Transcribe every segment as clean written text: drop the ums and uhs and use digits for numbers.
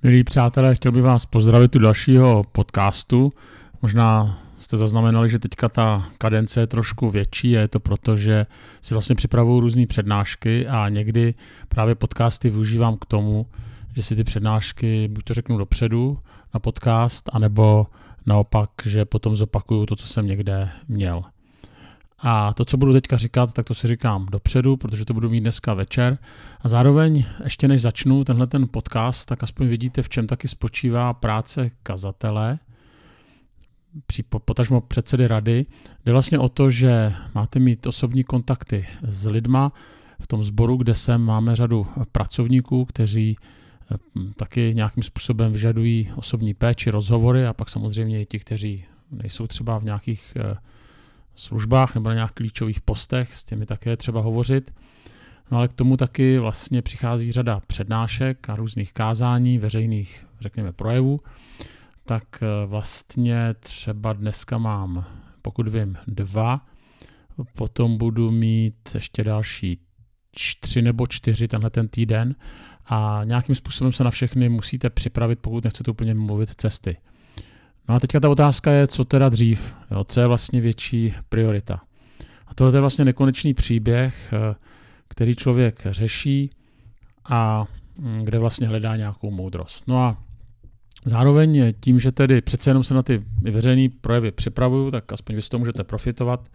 Milí přátelé, chtěl bych vás pozdravit u dalšího podcastu. Možná jste zaznamenali, že teďka ta kadence je trošku větší a je to proto, že si vlastně připravuju různé přednášky a někdy právě podcasty využívám k tomu, že si ty přednášky buď to řeknu dopředu na podcast, anebo naopak, že potom zopakuju to, co jsem někde měl. A to, co budu teďka říkat, tak to si říkám dopředu, protože to budu mít dneska večer. A zároveň, ještě než začnu tenhle ten podcast, tak aspoň vidíte, v čem taky spočívá práce kazatele, potažmo předsedy rady. Jde vlastně o to, že máte mít osobní kontakty s lidma. V tom sboru, kde jsem, máme řadu pracovníků, kteří taky nějakým způsobem vyžadují osobní péči, rozhovory a pak samozřejmě i ti, kteří nejsou třeba v nějakých službách nebo na nějakých klíčových postech, s těmi také třeba hovořit. No ale k tomu taky vlastně přichází řada přednášek a různých kázání, veřejných, řekněme, projevů. Tak vlastně třeba dneska mám, pokud vím, 2, potom budu mít ještě další 3 nebo 4 tenhle ten týden a nějakým způsobem se na všechny musíte připravit, pokud nechcete úplně mluvit cesty. No a teďka ta otázka je, co teda dřív, jo, co je vlastně větší priorita. A tohle je vlastně nekonečný příběh, který člověk řeší a kde vlastně hledá nějakou moudrost. No a zároveň tím, že tedy přece jenom se na ty veřejné projevy připravuju, tak aspoň vy si to můžete profitovat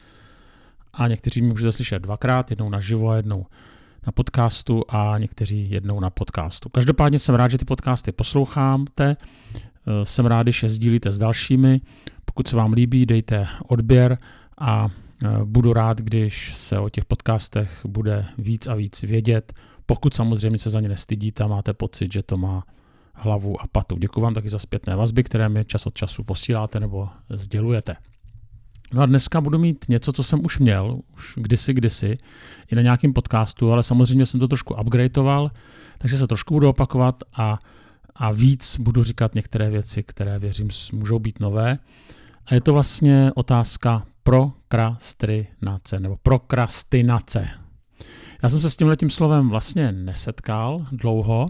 a někteří mě můžete slyšet 2krát, jednou naživo a jednou na podcastu a někteří jednou na podcastu. Každopádně jsem rád, že ty podcasty posloucháte, jsem rád, když je sdílíte s dalšími. Pokud se vám líbí, dejte odběr a budu rád, když se o těch podcastech bude víc a víc vědět, pokud samozřejmě se za ně nestydíte a máte pocit, že to má hlavu a patu. Děkuji vám taky za zpětné vazby, které mi čas od času posíláte nebo sdělujete. No a dneska budu mít něco, co jsem už měl, už kdysi, i na nějakém podcastu, ale samozřejmě jsem to trošku upgradeoval, takže se trošku budu opakovat a víc budu říkat některé věci, které věřím můžou být nové. A je to vlastně otázka prokrastinace nebo prokrastinace. Já jsem se s tímhletím slovem vlastně nesetkal dlouho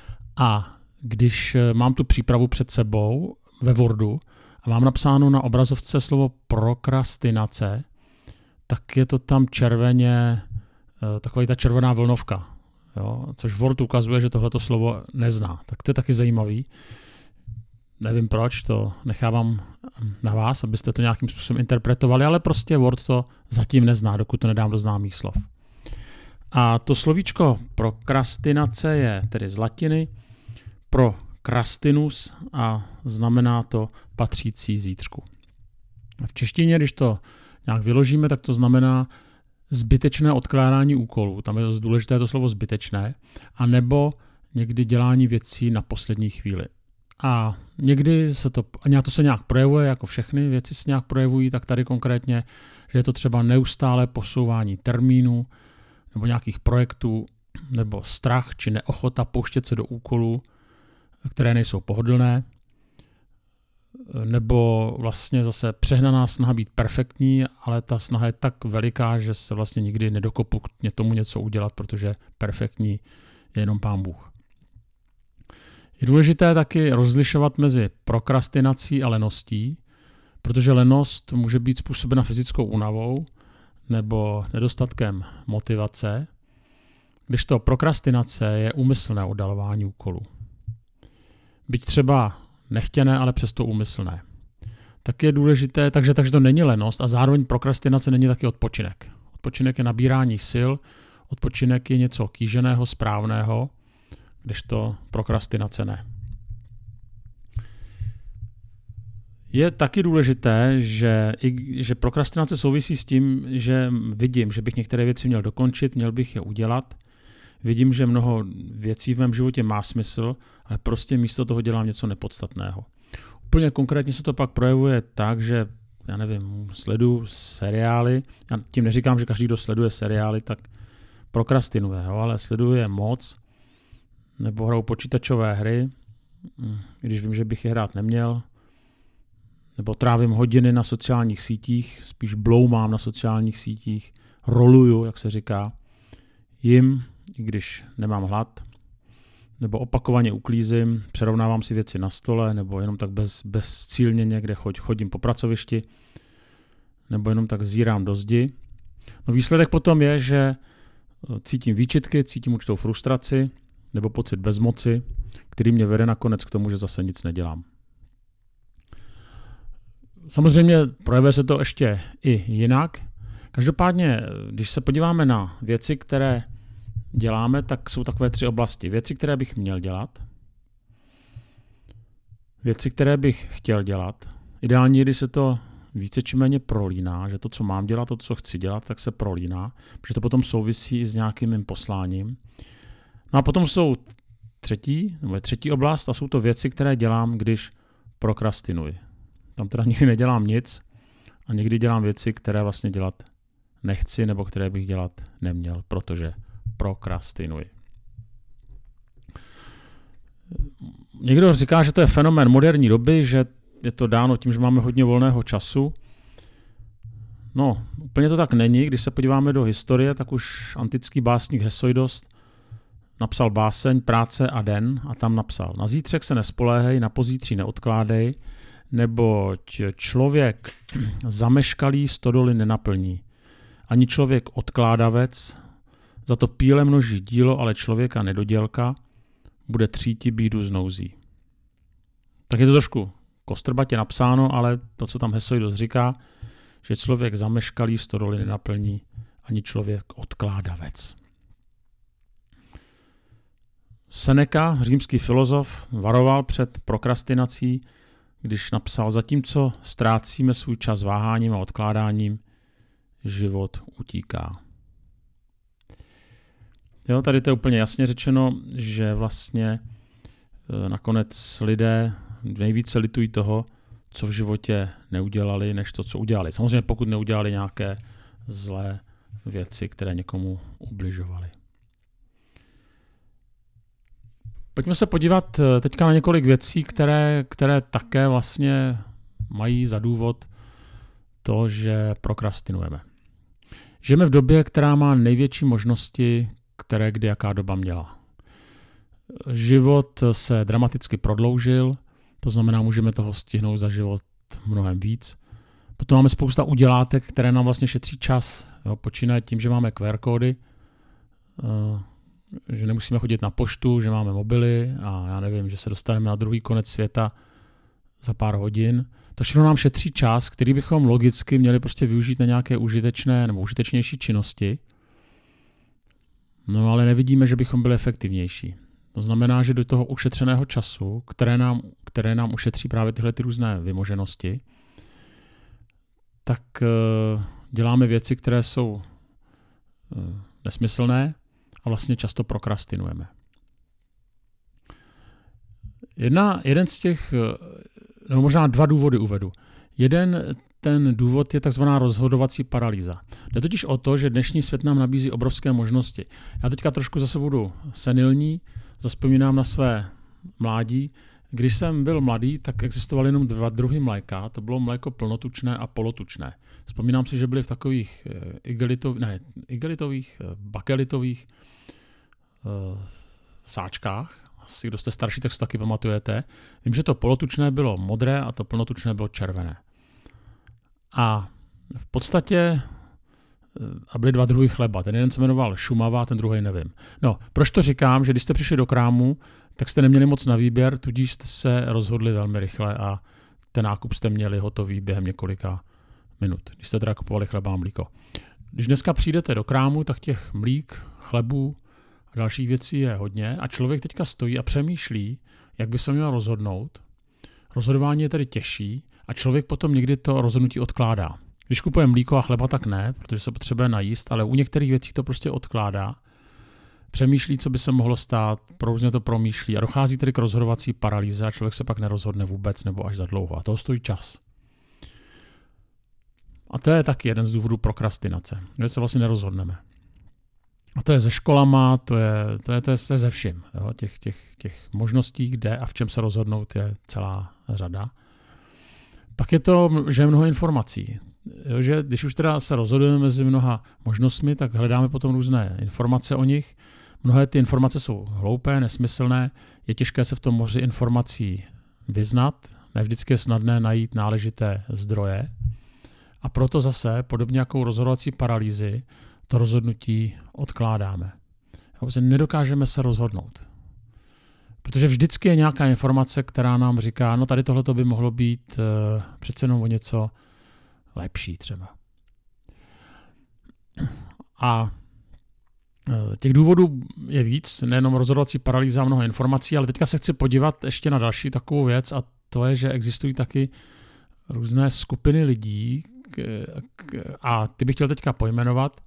a když mám tu přípravu před sebou ve Wordu a mám napsáno na obrazovce slovo prokrastinace, tak je to tam červeně, taková ta červená vlnovka. Jo, což Word ukazuje, že tohleto slovo nezná. Tak to je taky zajímavý. Nevím proč, to nechávám na vás, abyste to nějakým způsobem interpretovali, ale prostě Word to zatím nezná, dokud to nedám do známých slov. A to slovíčko prokrastinace je tedy z latiny procrastinus a znamená to patřící zítřku. V češtině, když to nějak vyložíme, tak to znamená zbytečné odkládání úkolů, tam je důležité to slovo zbytečné, a nebo někdy dělání věcí na poslední chvíli. A někdy se to nějak projevuje, jako všechny věci se nějak projevují, tak tady konkrétně, že je to třeba neustále posouvání termínů nebo nějakých projektů, nebo strach či neochota pouštět se do úkolů, které nejsou pohodlné, nebo vlastně zase přehnaná snaha být perfektní, ale ta snaha je tak veliká, že se vlastně nikdy nedokopu k tomu něco udělat, protože perfektní je jenom Pán Bůh. Je důležité taky rozlišovat mezi prokrastinací a leností, protože lenost může být způsobena fyzickou únavou nebo nedostatkem motivace, kdežto prokrastinace je úmyslné oddalování úkolů. Byť třeba nechtěné, ale přesto úmyslné. Tak je důležité, takže to není lenost a zároveň prokrastinace není taky odpočinek. Odpočinek je nabírání sil, odpočinek je něco kýženého, správného, kdežto prokrastinace Je taky důležité, že prokrastinace souvisí s tím, že vidím, že bych některé věci měl dokončit, měl bych je udělat. Vidím, že mnoho věcí v mém životě má smysl, ale prostě místo toho dělám něco nepodstatného. Úplně konkrétně se to pak projevuje tak, že já nevím, sleduju seriály. Já tím neříkám, že každý, kdo sleduje seriály, tak prokrastinuje, ale sleduje moc, nebo hraju počítačové hry, když vím, že bych je hrát neměl, nebo trávím hodiny na sociálních sítích, spíš bloumám na sociálních sítích, roluju, jak se říká, jim, i když nemám hlad, nebo opakovaně uklízím, přerovnávám si věci na stole, nebo jenom tak bezcílně někde chodím po pracovišti, nebo jenom tak zírám do zdi. No výsledek potom je, že cítím výčitky, cítím určitou frustraci nebo pocit bezmoci, který mě vede nakonec k tomu, že zase nic nedělám. Samozřejmě projevuje se to ještě i jinak. Každopádně, když se podíváme na věci, které děláme, tak jsou takové 3 oblasti. Věci, které bych měl dělat, věci, které bych chtěl dělat. Ideálně, když se to více či méně prolíná, že to, co mám dělat, to, co chci dělat, tak se prolíná, protože to potom souvisí s nějakým mým posláním. No a potom jsou třetí oblast a jsou to věci, které dělám, když prokrastinuji. Tam teda nikdy nedělám nic a někdy dělám věci, které vlastně dělat nechci nebo které bych dělat neměl, protože prokrastinuji. Někdo říká, že to je fenomén moderní doby, že je to dáno tím, že máme hodně volného času. No, úplně to tak není. Když se podíváme do historie, tak už antický básník Hesiodos napsal báseň Práce a den a tam napsal: na zítřek se nespoléhej, na pozítří neodkládej, neboť člověk zameškalý stodoly nenaplní. Ani člověk odkládavec, za to píle množí dílo, ale člověka nedodělka, bude tříti bídu z nouzí. Tak je to trošku kostrbatě napsáno, ale to, co tam Hesiodos říká, že člověk zameškalý stodoly nenaplní, ani člověk odkládavec. Seneca, římský filozof, varoval před prokrastinací, když napsal: zatímco ztrácíme svůj čas váháním a odkládáním, život utíká. Jo, tady to je úplně jasně řečeno, že vlastně nakonec lidé nejvíce litují toho, co v životě neudělali, než to, co udělali. Samozřejmě pokud neudělali nějaké zlé věci, které někomu ubližovaly. Pojďme se podívat teďka na několik věcí, které také vlastně mají za důvod to, že prokrastinujeme. Žijeme v době, která má největší možnosti, které kdy jaká doba měla. Život se dramaticky prodloužil, to znamená, můžeme toho stihnout za život mnohem víc. Potom máme spousta udělátek, které nám vlastně šetří čas. Jo, počínaje tím, že máme QR kódy, že nemusíme chodit na poštu, že máme mobily a já nevím, že se dostaneme na druhý konec světa za pár hodin. To všechno nám šetří čas, který bychom logicky měli prostě využít na nějaké užitečné nebo užitečnější činnosti. No ale nevidíme, že bychom byli efektivnější. To znamená, že do toho ušetřeného času, které nám ušetří právě tyhle ty různé vymoženosti, tak děláme věci, které jsou nesmyslné a vlastně často prokrastinujeme. Jeden z těch, nebo možná 2 důvody uvedu. Ten důvod je takzvaná rozhodovací paralýza. Jde totiž o to, že dnešní svět nám nabízí obrovské možnosti. Já teďka trošku zase budu senilní, zavzpomínám na své mládí. Když jsem byl mladý, tak existovaly jenom 2 druhy mléka. To bylo mléko plnotučné a polotučné. Vzpomínám si, že byly v takových bakelitových sáčkách. Asi kdo jste starší, tak si taky pamatujete. Vím, že to polotučné bylo modré a to plnotučné bylo červené. A v podstatě byly 2 druhy chleba. Ten jeden se jmenoval Šumava, ten druhý nevím. No, proč to říkám, že když jste přišli do krámu, tak jste neměli moc na výběr, tudíž jste se rozhodli velmi rychle a ten nákup jste měli hotový během několika minut, když jste teda kupovali chleba a mlíko. Když dneska přijdete do krámu, tak těch mlík, chlebů a dalších věcí je hodně a člověk teďka stojí a přemýšlí, jak by se měl rozhodnout. Rozhodování je tedy těžší a člověk potom někdy to rozhodnutí odkládá. Když kupuje mlíko a chleba, tak ne, protože se potřebuje najíst, ale u některých věcí to prostě odkládá. Přemýšlí, co by se mohlo stát, různě to promýšlí a dochází tedy k rozhodovací paralýze a člověk se pak nerozhodne vůbec nebo až za dlouho. A toho stojí čas. A to je taky jeden z důvodů prokrastinace, že se vlastně nerozhodneme. A to je se školama, to je se vším. Jo? Těch možností, kde a v čem se rozhodnout, je celá řada. Pak je to, že je mnoho informací. Jo, že když už teda se rozhodujeme mezi mnoha možnostmi, tak hledáme potom různé informace o nich. Mnohé ty informace jsou hloupé, nesmyslné, je těžké se v tom moři informací vyznat, ne vždycky je snadné najít náležité zdroje a proto zase, podobně jako u rozhodovací paralýzy, to rozhodnutí odkládáme. Nedokážeme se rozhodnout. Protože vždycky je nějaká informace, která nám říká, no tady tohleto by mohlo být přece jenom o něco lepší třeba. A těch důvodů je víc, nejenom rozhodovací paralýza a mnoho informací, ale teďka se chci podívat ještě na další takovou věc a to je, že existují taky různé skupiny lidí a ty bych chtěl teďka pojmenovat,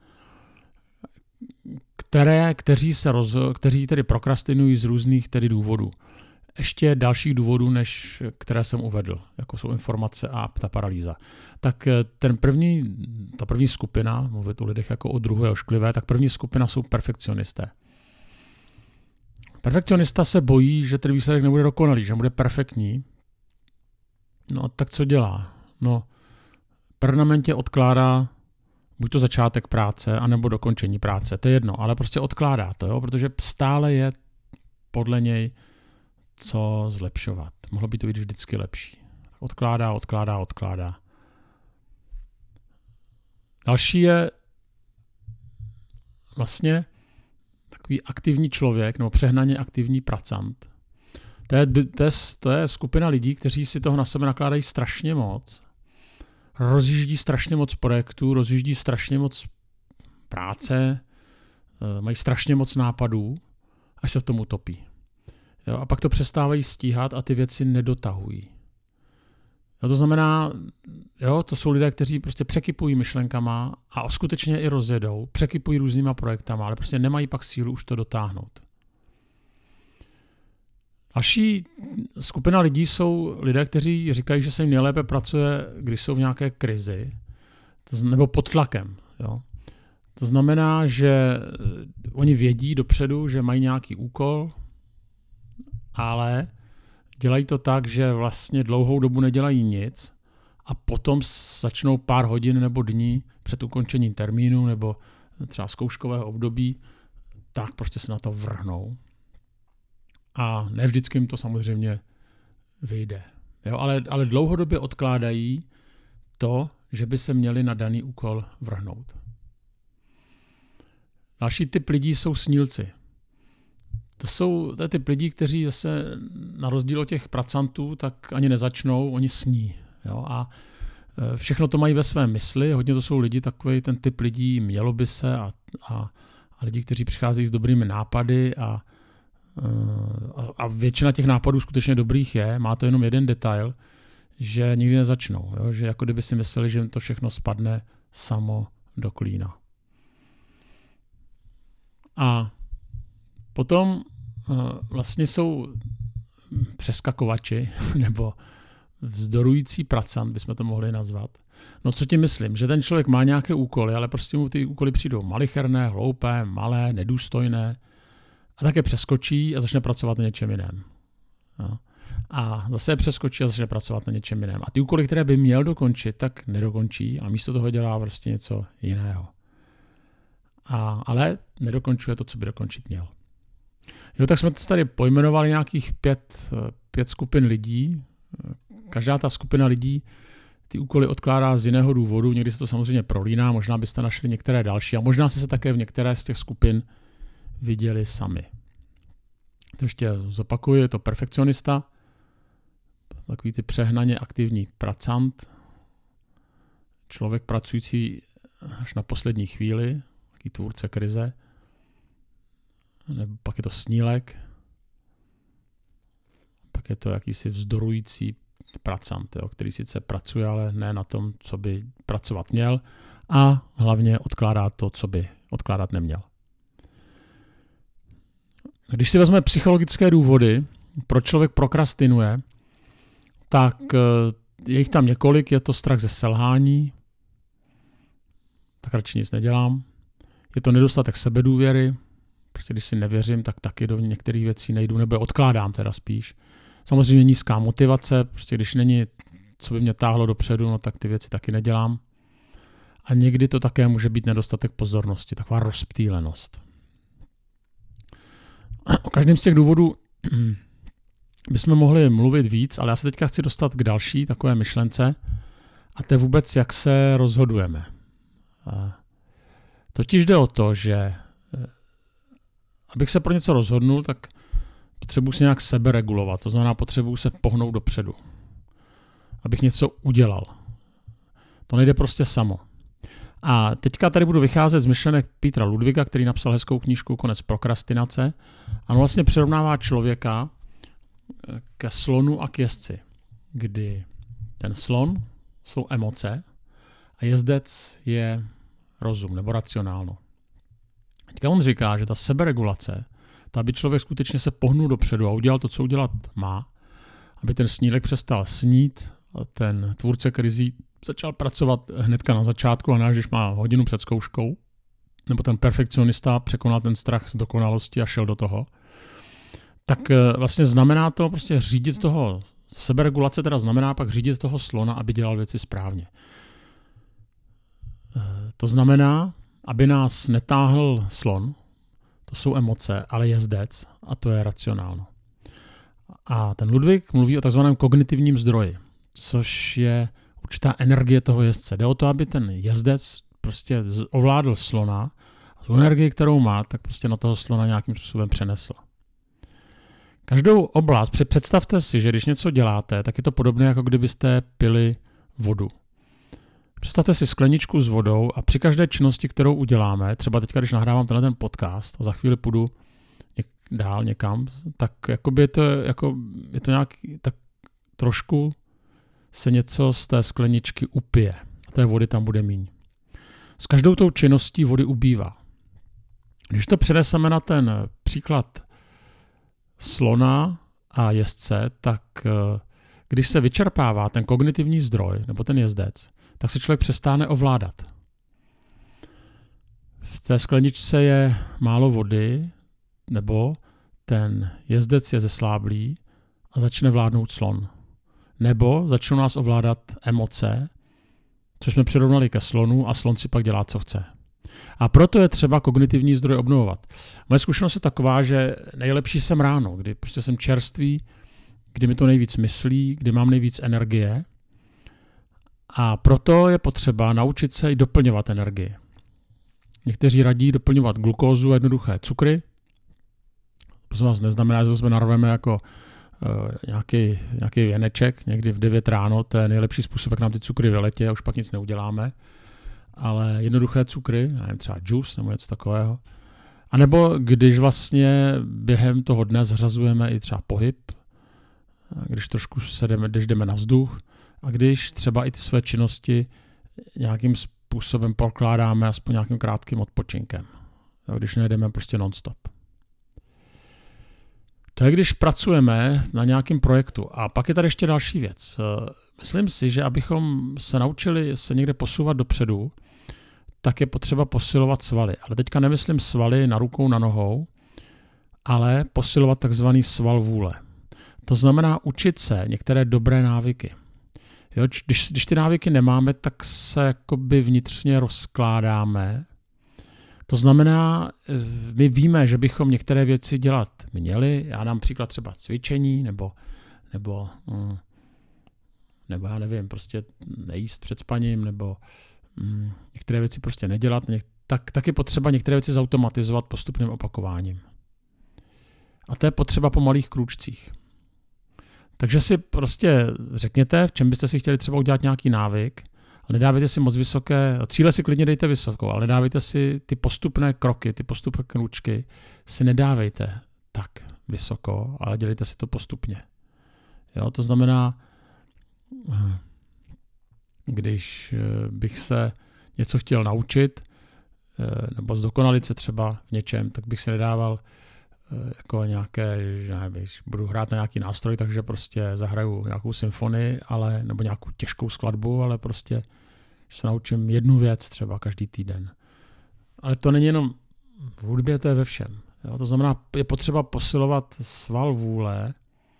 kteří tedy prokrastinují z různých tedy důvodů. Ještě dalších důvodů, než které jsem uvedl, jako jsou informace a ta paralýza. Tak ta první skupina, mluvit o lidech jako o druhu je ošklivé, tak první skupina jsou perfekcionisté. Perfekcionista se bojí, že ten výsledek nebude dokonalý, že bude perfektní. No tak co dělá? No permanentně odkládá buď to začátek práce, anebo dokončení práce, to je jedno, ale prostě odkládá to, jo? Protože stále je podle něj co zlepšovat. Mohlo by to být vždycky lepší. Odkládá. Další je vlastně takový aktivní člověk, nebo přehnaně aktivní pracant. To je skupina lidí, kteří si toho na sebe nakládají strašně moc, rozjíždí strašně moc projektů, rozjíždí strašně moc práce, mají strašně moc nápadů, až se v tom utopí. Jo, a pak to přestávají stíhat a ty věci nedotahují. Jo, to znamená, to jsou lidé, kteří prostě překypují myšlenkama a skutečně i rozjedou, překypují různýma projektama, ale prostě nemají pak sílu už to dotáhnout. Další skupina lidí jsou lidé, kteří říkají, že se jim nejlépe pracuje, když jsou v nějaké krizi, nebo pod tlakem. Jo. To znamená, že oni vědí dopředu, že mají nějaký úkol, ale dělají to tak, že vlastně dlouhou dobu nedělají nic a potom začnou pár hodin nebo dní před ukončením termínu nebo třeba zkouškového období, tak prostě se na to vrhnou. A ne vždycky jim to samozřejmě vyjde. Jo, ale dlouhodobě odkládají to, že by se měli na daný úkol vrhnout. Další typ lidí jsou snílci. To je typ lidí, kteří zase na rozdíl od těch pracantů tak ani nezačnou, oni sní. Jo? A všechno to mají ve své mysli, hodně to jsou lidi, takový ten typ lidí, mělo by se a lidi, kteří přicházejí s dobrými nápady a většina těch nápadů skutečně dobrých je, má to jenom jeden detail, že nikdy nezačnou, jo? Že jako kdyby si mysleli, že jim to všechno spadne samo do klína. A potom vlastně jsou přeskakovači nebo vzdorující pracant, bychom to mohli nazvat. No co tím myslím? Že ten člověk má nějaké úkoly, ale prostě mu ty úkoly přijdou malicherné, hloupé, malé, nedůstojné a také přeskočí a začne pracovat na něčem jiném. No. A zase přeskočí a začne pracovat na něčem jiném. A ty úkoly, které by měl dokončit, tak nedokončí a místo toho dělá prostě něco jiného. Ale nedokončuje to, co by dokončit měl. Jo, tak jsme tady pojmenovali nějakých pět skupin lidí. Každá ta skupina lidí ty úkoly odkládá z jiného důvodu. Někdy se to samozřejmě prolíná, možná byste našli některé další a možná se také v některé z těch skupin viděli sami. To ještě zopakuju, je to perfekcionista, takový ty přehnaně aktivní pracant, člověk pracující až na poslední chvíli, takový tvůrce krize, nebo pak je to snílek, pak je to jakýsi vzdorující pracant, který sice pracuje, ale ne na tom, co by pracovat měl a hlavně odkládá to, co by odkládat neměl. Když si vezme psychologické důvody, proč člověk prokrastinuje, tak je jich tam několik, je to strach ze selhání, tak radši nic nedělám, je to nedostatek sebedůvěry, prostě když si nevěřím, tak taky do některých věcí nejdu, nebo odkládám teda spíš. Samozřejmě nízká motivace, prostě když není, co by mě táhlo dopředu, no tak ty věci taky nedělám. A někdy to také může být nedostatek pozornosti, taková rozptýlenost. O každém z těch důvodů bychom mohli mluvit víc, ale já se teďka chci dostat k další takové myšlence, a to je vůbec, jak se rozhodujeme. Totiž jde o to, že abych se pro něco rozhodnul, tak potřebuji se nějak seberegulovat. To znamená, potřebuji se pohnout dopředu. Abych něco udělal. To nejde prostě samo. A teďka tady budu vycházet z myšlenek Petra Ludwiga, který napsal hezkou knížku Konec prokrastinace. A on vlastně přirovnává člověka ke slonu a k jezdci, kdy ten slon jsou emoce a jezdec je rozum nebo racionálno. Teďka on říká, že ta seberegulace, to aby člověk skutečně se pohnul dopředu a udělal to, co udělat má, aby ten snílek přestal snít, a ten tvůrce krizí začal pracovat hnedka na začátku a ne, když má hodinu před zkouškou, nebo ten perfekcionista překonal ten strach z dokonalosti a šel do toho, tak vlastně znamená to prostě řídit toho, seberegulace teda znamená pak řídit toho slona, aby dělal věci správně. To znamená, aby nás netáhl slon, to jsou emoce, ale jezdec, a to je racionálno. A ten Ludwig mluví o takzvaném kognitivním zdroji, což je určitá energie toho jezdce. Jde o to, aby ten jezdec prostě ovládl slona a tu energii, kterou má, tak prostě na toho slona nějakým způsobem přenesl. Každou oblast, představte si, že když něco děláte, tak je to podobné, jako kdybyste pili vodu. Představte si skleničku s vodou a při každé činnosti, kterou uděláme, třeba teď, když nahrávám ten podcast a za chvíli půjdu dál někam, tak jakoby je to nějak tak trošku se něco z té skleničky upije a té vody tam bude míň. S každou tou činností vody ubývá. Když to přeneseme na ten příklad slona a jezdce, tak když se vyčerpává ten kognitivní zdroj nebo ten jezdec, tak se člověk přestane ovládat. V té skleničce je málo vody, nebo ten jezdec je zesláblý a začne vládnout slon. Nebo začnou nás ovládat emoce, což jsme přirovnali ke slonu a slon si pak dělá, co chce. A proto je třeba kognitivní zdroj obnovovat. Moje zkušenost je taková, že nejlepší jsem ráno, kdy prostě jsem čerstvý, kdy mi to nejvíc myslí, kdy mám nejvíc energie. A proto je potřeba naučit se i doplňovat energii. Někteří radí doplňovat glukózu a jednoduché cukry. Prosím vás, neznamená, že to jsme narveme jako nějaký věneček někdy v 9 ráno. To je nejlepší způsob, jak nám ty cukry vyletí a už pak nic neuděláme. Ale jednoduché cukry, nevím, třeba džus nebo něco takového. A nebo když vlastně během toho dne zřazujeme i třeba pohyb, když trošku když jdeme na vzduch, a když třeba i ty své činnosti nějakým způsobem prokládáme aspoň nějakým krátkým odpočinkem. Když nejdeme prostě non-stop. To je, když pracujeme na nějakém projektu. A pak je tady ještě další věc. Myslím si, že abychom se naučili se někde posouvat dopředu, tak je potřeba posilovat svaly. Ale teďka nemyslím svaly na rukou, na nohou, ale posilovat takzvaný sval vůle. To znamená učit se některé dobré návyky. Jo, když ty návyky nemáme, tak se jakoby vnitřně rozkládáme. To znamená, my víme, že bychom některé věci dělat měli. Já dám příklad třeba cvičení, nebo já nevím, prostě nejíst před spaním, nebo některé věci prostě nedělat. Tak je potřeba některé věci zautomatizovat postupným opakováním. A to je potřeba po malých krůčcích. Takže si prostě řekněte, v čem byste si chtěli třeba udělat nějaký návyk, ale nedávejte si moc vysoké, cíle si klidně dejte vysokou, ale nedávejte si ty postupné kroky, ty postupné krůčky, si nedávejte tak vysoko, ale dělejte si to postupně. Jo, to znamená, když bych se něco chtěl naučit, nebo zdokonalit se třeba v něčem, tak bych si nedával jako nějaké, když budu hrát na nějaký nástroj, takže prostě zahraju nějakou symfonii, nebo nějakou těžkou skladbu, ale prostě se naučím jednu věc třeba každý týden. Ale to není jenom v hudbě, to je ve všem. Jo? To znamená, je potřeba posilovat sval vůle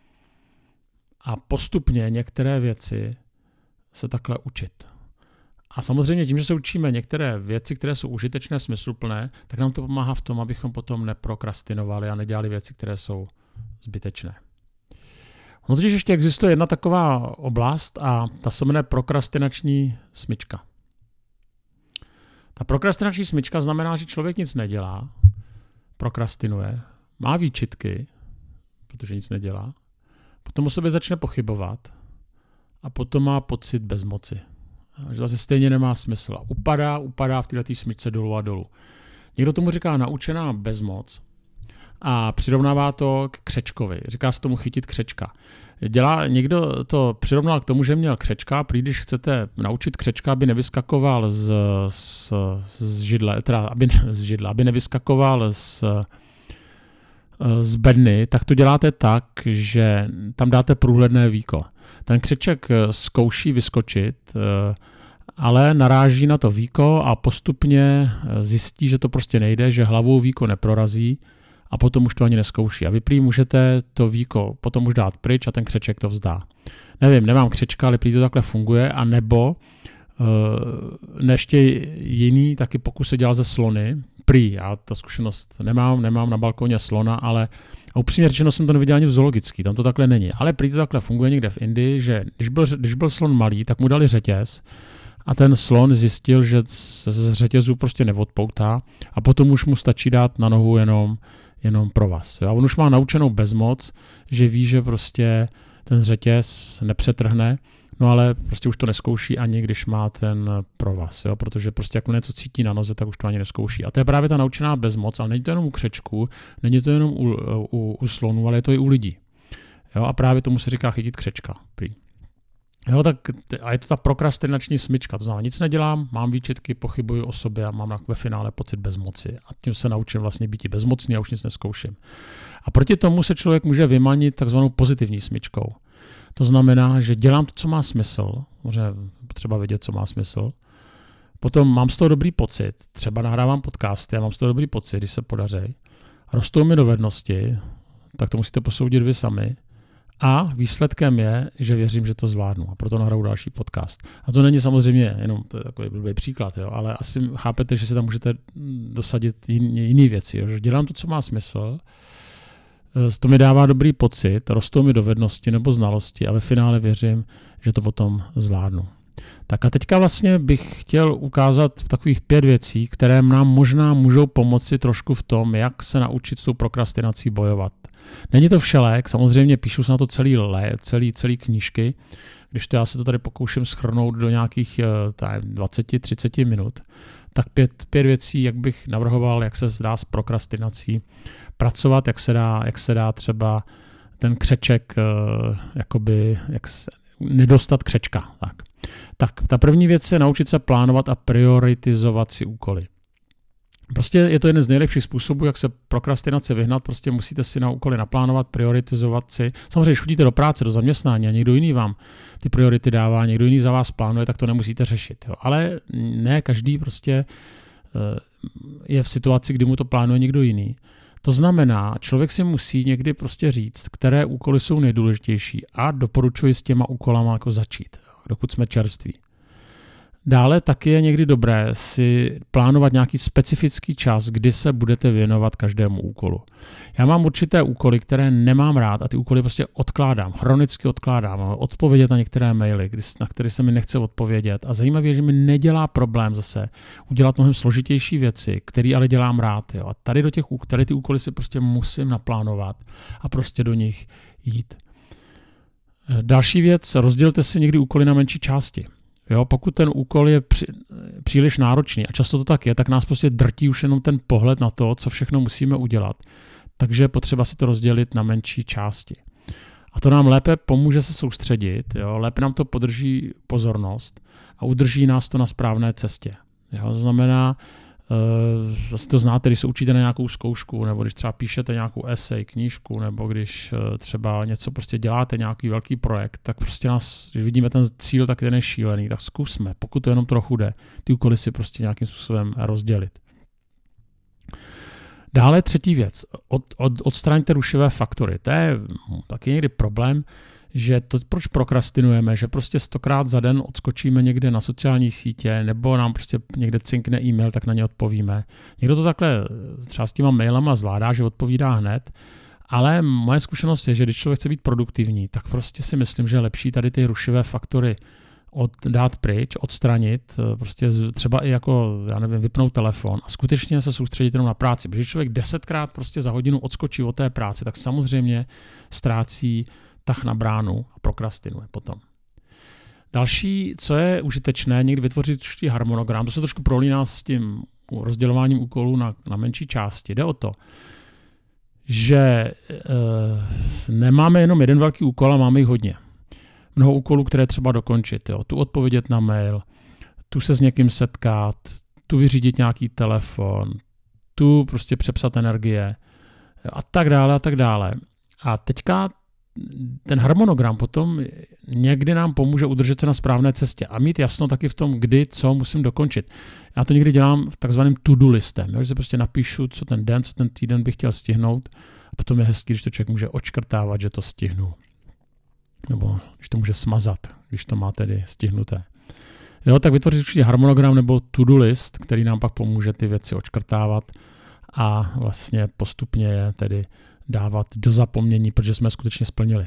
a postupně některé věci se takhle učit. A samozřejmě tím, že se učíme některé věci, které jsou užitečné, smysluplné, tak nám to pomáhá v tom, abychom potom neprokrastinovali a nedělali věci, které jsou zbytečné. No totiž ještě existuje jedna taková oblast a ta se jmenuje prokrastinační smyčka. Ta prokrastinační smyčka znamená, že člověk nic nedělá, prokrastinuje, má výčitky, protože nic nedělá, potom o sobě začne pochybovat a potom má pocit bezmoci. Že vlastně stejně nemá smysl a upadá v této smyčce dolů a dolů. Někdo tomu říká naučená bezmoc a přirovnává to k křečkovi. Říká se tomu chytit křečka. Někdo to přirovnal k tomu, že měl křečka, prý když chcete naučit křečka, aby nevyskakoval z židle, aby nevyskakoval z bedny, tak to děláte tak, že tam dáte průhledné víko. Ten křeček zkouší vyskočit, ale naráží na to víko a postupně zjistí, že to prostě nejde, že hlavou víko neprorazí a potom už to ani neskouší. A vy prý můžete to víko potom už dát pryč a ten křeček to vzdá. Nevím, nemám křečka, ale prý to takhle funguje, a nebo ještě jiný taky pokus se dělal ze slony. Prý, já ta zkušenost nemám na balkoně slona, ale upřímně řečeno jsem to neviděl ani v zoologický, tam to takhle není. Ale prý to takhle funguje někde v Indii, že když byl slon malý, tak mu dali řetěz a ten slon zjistil, že se z řetězu prostě neodpoutá a potom už mu stačí dát na nohu jenom provaz. Jo? A on už má naučenou bezmoc, že ví, že prostě ten řetěz nepřetrhne, no ale prostě už to neskouší ani když má ten provaz, jo? Protože prostě jak něco cítí na noze, tak už to ani neskouší. A to je právě ta naučená bezmoc, ale není to jenom u křečků, není to jenom u slonů, ale je to i u lidí. Jo? A právě tomu se říká chytit křečka. Prý. Jo, tak a je to ta prokrastinační smyčka, to znamená, nic nedělám, mám výčitky, pochybuju o sobě a mám ve finále pocit bezmoci. A tím se naučím vlastně být i bezmocný a už nic neskouším. A proti tomu se člověk může vymanit takzvanou pozitivní smyčkou. To znamená, že dělám to, co má smysl, možná třeba vědět, co má smysl. Potom mám z toho dobrý pocit, třeba nahrávám podcasty a mám z toho dobrý pocit, když se podaří. Rostou mi dovednosti, tak to musíte posoudit vy sami. A výsledkem je, že věřím, že to zvládnu a proto nahraju další podcast. A to není samozřejmě jenom to je takový blbý příklad, jo, ale asi chápete, že si tam můžete dosadit jiné věci. Jo, že dělám to, co má smysl, to mi dává dobrý pocit, rostou mi dovednosti nebo znalosti a ve finále věřím, že to potom zvládnu. Tak a teďka vlastně bych chtěl ukázat takových 5 věcí, které nám možná můžou pomoci trošku v tom, jak se naučit s tou prokrastinací bojovat. Není to všelék, samozřejmě píšu se na to celý knížky, když to já se to tady pokouším shrnout do nějakých 20-30 minut, tak 5 věcí, jak bych navrhoval, jak se dá s prokrastinací pracovat, jak se dá třeba ten křeček, nedostat křečka. Tak, ta první věc je naučit se plánovat a prioritizovat si úkoly. Prostě je to jeden z nejlepších způsobů, jak se prokrastinace vyhnat, prostě musíte si na úkoly naplánovat, prioritizovat si. Samozřejmě, když chodíte do práce, do zaměstnání a někdo jiný vám ty priority dává, někdo jiný za vás plánuje, tak to nemusíte řešit. Jo. Ale ne každý prostě je v situaci, kdy mu to plánuje někdo jiný. To znamená, člověk si musí někdy prostě říct, které úkoly jsou nejdůležitější a doporučuji s těma úkolama jako začít, dokud jsme čerství. Dále taky je někdy dobré si plánovat nějaký specifický čas, kdy se budete věnovat každému úkolu. Já mám určité úkoly, které nemám rád a ty úkoly prostě odkládám, chronicky odkládám, odpovědět na některé maily, na které se mi nechce odpovědět. A zajímavé je, že mi nedělá problém zase udělat mnohem složitější věci, které ale dělám rád. Jo. A tady ty úkoly si prostě musím naplánovat a prostě do nich jít. Další věc, rozdělte si někdy úkoly na menší části. Jo, pokud ten úkol je příliš náročný, a často to tak je, tak nás prostě drtí už jenom ten pohled na to, co všechno musíme udělat. Takže je potřeba si to rozdělit na menší části. A to nám lépe pomůže se soustředit, jo, lépe nám to podrží pozornost a udrží nás to na správné cestě. Jo, to znamená, vlastně to znáte, když se učíte na nějakou zkoušku, nebo když třeba píšete nějakou esej, knížku, nebo když třeba něco prostě děláte, nějaký velký projekt, tak prostě když vidíme ten cíl, tak ten je šílený, tak zkusme, pokud to jenom trochu jde, ty úkoly si prostě nějakým způsobem rozdělit. Dále třetí věc, odstraňte rušivé faktory. To je taky někdy problém, že to, proč prokrastinujeme, že prostě 100krát za den odskočíme někde na sociální sítě, nebo nám prostě někde cinkne e-mail, tak na ně odpovíme. Někdo to takhle třeba s těma mailama zvládá, že odpovídá hned, ale moje zkušenost je, že když člověk chce být produktivní, tak prostě si myslím, že je lepší tady ty rušivé faktory dát pryč, odstranit, prostě třeba i jako, já nevím, vypnout telefon a skutečně se soustředit jenom na práci. Protože když člověk 10krát prostě za hodinu odskočí od té práce, tak samozřejmě ztrácí tah na bránu a prokrastinuje potom. Další, co je užitečné, někdy vytvořit určitý harmonogram, to se trošku prolíná s tím rozdělováním úkolů na menší části. Jde o to, že nemáme jenom jeden velký úkol, ale máme jich hodně. Mnoho úkolů, které třeba dokončit. Jo. Tu odpovědět na mail, tu se s někým setkat, tu vyřídit nějaký telefon, tu prostě přepsat energie a tak dále a tak dále. A teďka ten harmonogram potom někdy nám pomůže udržet se na správné cestě a mít jasno taky v tom, kdy, co musím dokončit. Já to někdy dělám v takzvaném to-do listem, že si prostě napíšu, co ten den, co ten týden bych chtěl stihnout a potom je hezký, když to člověk může odškrtávat, že to stihnul. Nebo když to může smazat, když to má tedy stihnuté. Jo, tak vytvořit určitě harmonogram nebo to-do list, který nám pak pomůže ty věci odškrtávat a vlastně postupně je tedy dávat do zapomnění, protože jsme skutečně splnili.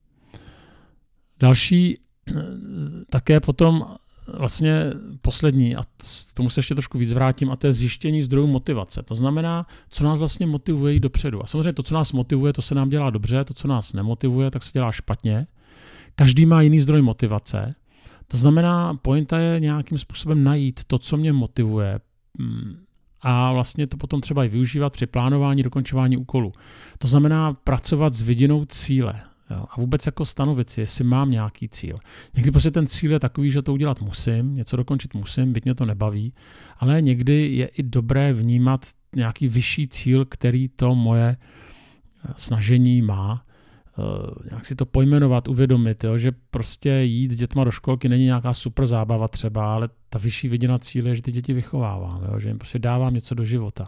Další také potom vlastně poslední, a tomu se ještě trošku víc vrátím, a to je zjištění zdrojů motivace. To znamená, co nás vlastně motivuje jít dopředu. A samozřejmě to, co nás motivuje, to se nám dělá dobře, to, co nás nemotivuje, tak se dělá špatně. Každý má jiný zdroj motivace. To znamená, pointa je nějakým způsobem najít to, co mě motivuje, a vlastně to potom třeba i využívat při plánování, dokončování úkolů. To znamená pracovat s vidinou cíle. Jo? A vůbec jako stanovit si, jestli mám nějaký cíl. Někdy prostě ten cíl je takový, že to udělat musím, něco dokončit musím, byť mě to nebaví, ale někdy je i dobré vnímat nějaký vyšší cíl, který to moje snažení má. Nějak si to pojmenovat, uvědomit, jo? Že prostě jít s dětma do školky není nějaká super zábava třeba, ale ta vyšší vidina cíle je, že ty děti vychovávám, jo? Že jim prostě dávám něco do života.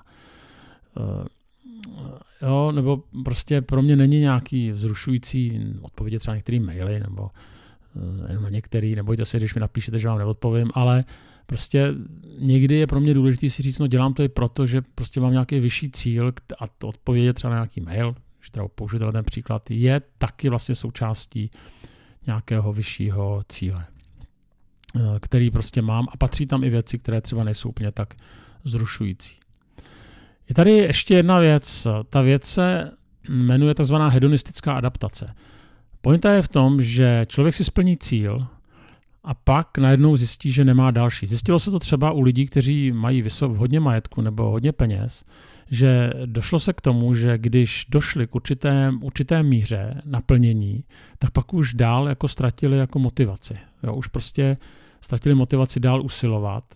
Jo? Nebo prostě pro mě není nějaký vzrušující odpovědět třeba některé maily, nebo jenom na některý, nebojte se, když mi napíšete, že vám neodpovím, ale prostě někdy je pro mě důležité si říct, no dělám to i proto, že prostě mám nějaký vyšší cíl a to odpovědět třeba na nějaký mail, že teda použiju ten příklad, je taky vlastně součástí nějakého vyššího cíle, který prostě mám a patří tam i věci, které třeba nejsou úplně tak zrušující. Je tady ještě jedna věc. Ta věc se jmenuje takzvaná hedonistická adaptace. Pointa je v tom, že člověk si splní cíl a pak najednou zjistí, že nemá další. Zjistilo se to třeba u lidí, kteří mají hodně majetku nebo hodně peněz, že došlo se k tomu, že když došli k určité míře naplnění, tak pak už dál jako ztratili jako motivaci. Jo, už prostě ztratili motivaci dál usilovat.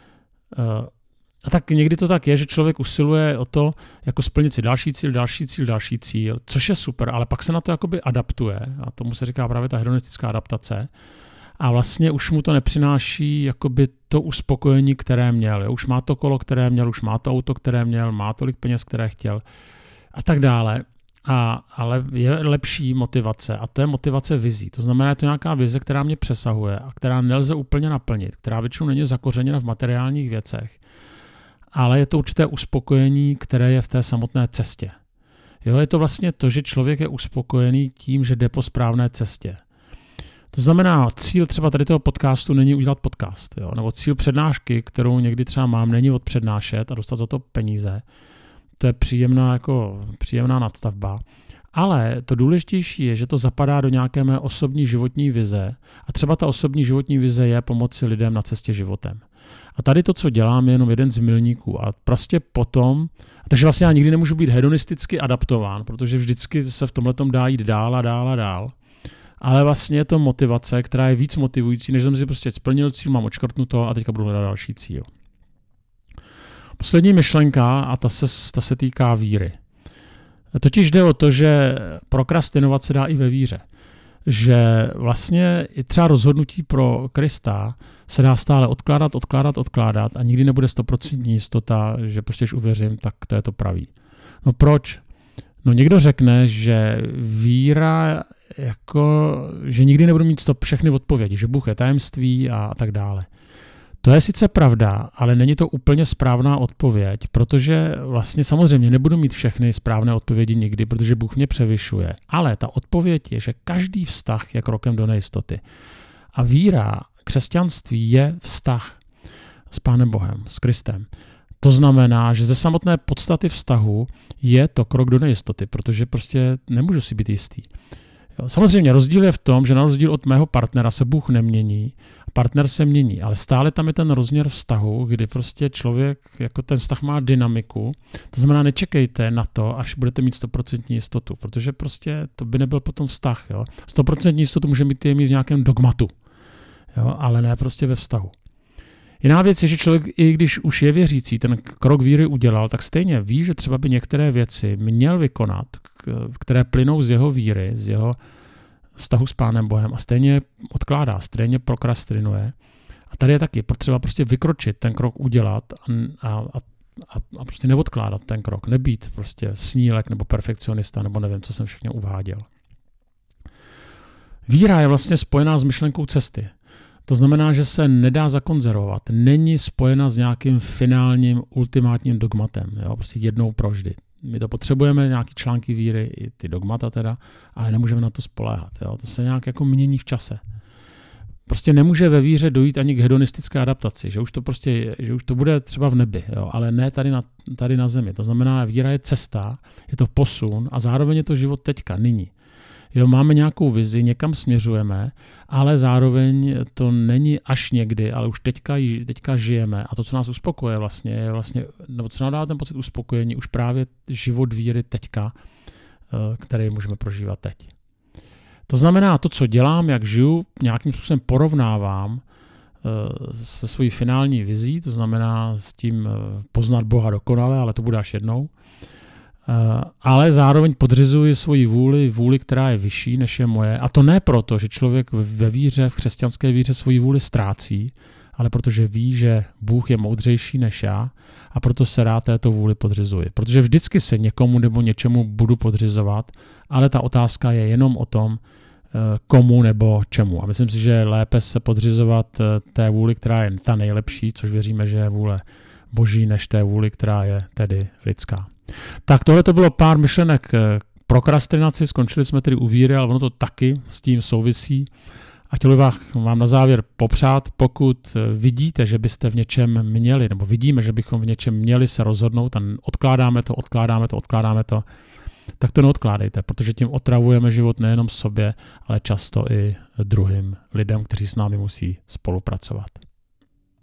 A tak někdy to tak je, že člověk usiluje o to, jako splnit si další cíl, což je super, ale pak se na to jakoby adaptuje a tomu se říká právě ta hedonistická adaptace. A vlastně už mu to nepřináší jakoby to uspokojení, které měl. Jo? Už má to kolo, které měl, už má to auto, které měl, má tolik peněz, které chtěl a tak dále. Ale je lepší motivace a to je motivace vizí. To znamená, je to nějaká vize, která mě přesahuje a která nelze úplně naplnit, která většinou není zakořeněna v materiálních věcech. Ale je to určité uspokojení, které je v té samotné cestě. Jo? Je to vlastně to, že člověk je uspokojený tím, že jde po správné cestě. To znamená, cíl třeba tady toho podcastu není udělat podcast, jo? Nebo cíl přednášky, kterou někdy třeba mám, není odpřednášet a dostat za to peníze. To je příjemná nadstavba. Ale to důležitější je, že to zapadá do nějaké mé osobní životní vize a třeba ta osobní životní vize je pomoci lidem na cestě životem. A tady to, co dělám, je jenom jeden z milníků. A prostě potom, takže vlastně já nikdy nemůžu být hedonisticky adaptován, protože vždycky se v tomhletom dá jít dál a dál a dál. Ale vlastně je to motivace, která je víc motivující, než jsem si prostě splnil cíl, mám odškrtnuto a teďka budu hledat další cíl. Poslední myšlenka, a ta se týká víry. Totiž jde o to, že prokrastinovat se dá i ve víře. Že vlastně i třeba rozhodnutí pro Krista se dá stále odkládat a nikdy nebude 100% jistota, že prostě, když uvěřím, tak to je to pravý. No proč? No někdo řekne, že víra, že nikdy nebudu mít všechny odpovědi, že Bůh je tajemství a tak dále. To je sice pravda, ale není to úplně správná odpověď, protože vlastně samozřejmě nebudu mít všechny správné odpovědi nikdy, protože Bůh mě převyšuje. Ale ta odpověď je, že každý vztah je krokem do nejistoty. A víra, křesťanství je vztah s Pánem Bohem, s Kristem. To znamená, že ze samotné podstaty vztahu je to krok do nejistoty, protože prostě nemůžu si být jistý. Samozřejmě rozdíl je v tom, že na rozdíl od mého partnera se Bůh nemění, partner se mění, ale stále tam je ten rozměr vztahu, kdy prostě člověk, jako ten vztah má dynamiku, to znamená nečekejte na to, až budete mít 100% jistotu, protože prostě to by nebyl potom vztah. Jo? 100% jistotu může mít v nějakém dogmatu, jo? Ale ne prostě ve vztahu. Jiná věc je, že člověk, i když už je věřící, ten krok víry udělal, tak stejně ví, že třeba by některé věci měl vykonat, které plynou z jeho víry, z jeho vztahu s Pánem Bohem a stejně odkládá, stejně prokrastinuje. A tady je taky potřeba prostě vykročit, ten krok udělat a prostě neodkládat ten krok, nebýt prostě snílek nebo perfekcionista nebo nevím, co jsem všechno uváděl. Víra je vlastně spojená s myšlenkou cesty. To znamená, že se nedá zakonzervovat, není spojena s nějakým finálním, ultimátním dogmatem, jo? Prostě jednou provždy. My to potřebujeme, nějaký články víry, i ty dogmata teda, ale nemůžeme na to spoléhat. Jo? To se nějak jako mění v čase. Prostě nemůže ve víře dojít ani k hedonistické adaptaci, že už to bude třeba v nebi, jo? Ale ne tady na zemi. To znamená, víra je cesta, je to posun a zároveň je to život teďka, nyní. Jo, máme nějakou vizi, někam směřujeme, ale zároveň to není až někdy, ale už teďka žijeme. A to, co nás uspokojuje nebo co nám dává ten pocit uspokojení, už právě život víry teďka, který můžeme prožívat teď. To znamená, to, co dělám, jak žiju, nějakým způsobem porovnávám se svojí finální vizí, to znamená s tím poznat Boha dokonale, ale to bude až jednou. Ale zároveň podřizuji svoji vůli, která je vyšší, než je moje. A to ne proto, že člověk ve víře, v křesťanské víře svoji vůli ztrácí, ale protože ví, že Bůh je moudřejší než já a proto se rád této vůli podřizuji. Protože vždycky se někomu nebo něčemu budu podřizovat, ale ta otázka je jenom o tom, komu nebo čemu. A myslím si, že je lépe se podřizovat té vůli, která je ta nejlepší, což věříme, že je vůle Boží, než té vůli, která je tedy lidská. Tak tohle to bylo pár myšlenek k prokrastinaci, skončili jsme tedy u víry, ale ono to taky s tím souvisí. A chtěl bych vám na závěr popřát, pokud vidíte, že byste v něčem měli, nebo vidíme, že bychom v něčem měli se rozhodnout a odkládáme to, tak to neodkládejte, protože tím otravujeme život nejenom sobě, ale často i druhým lidem, kteří s námi musí spolupracovat.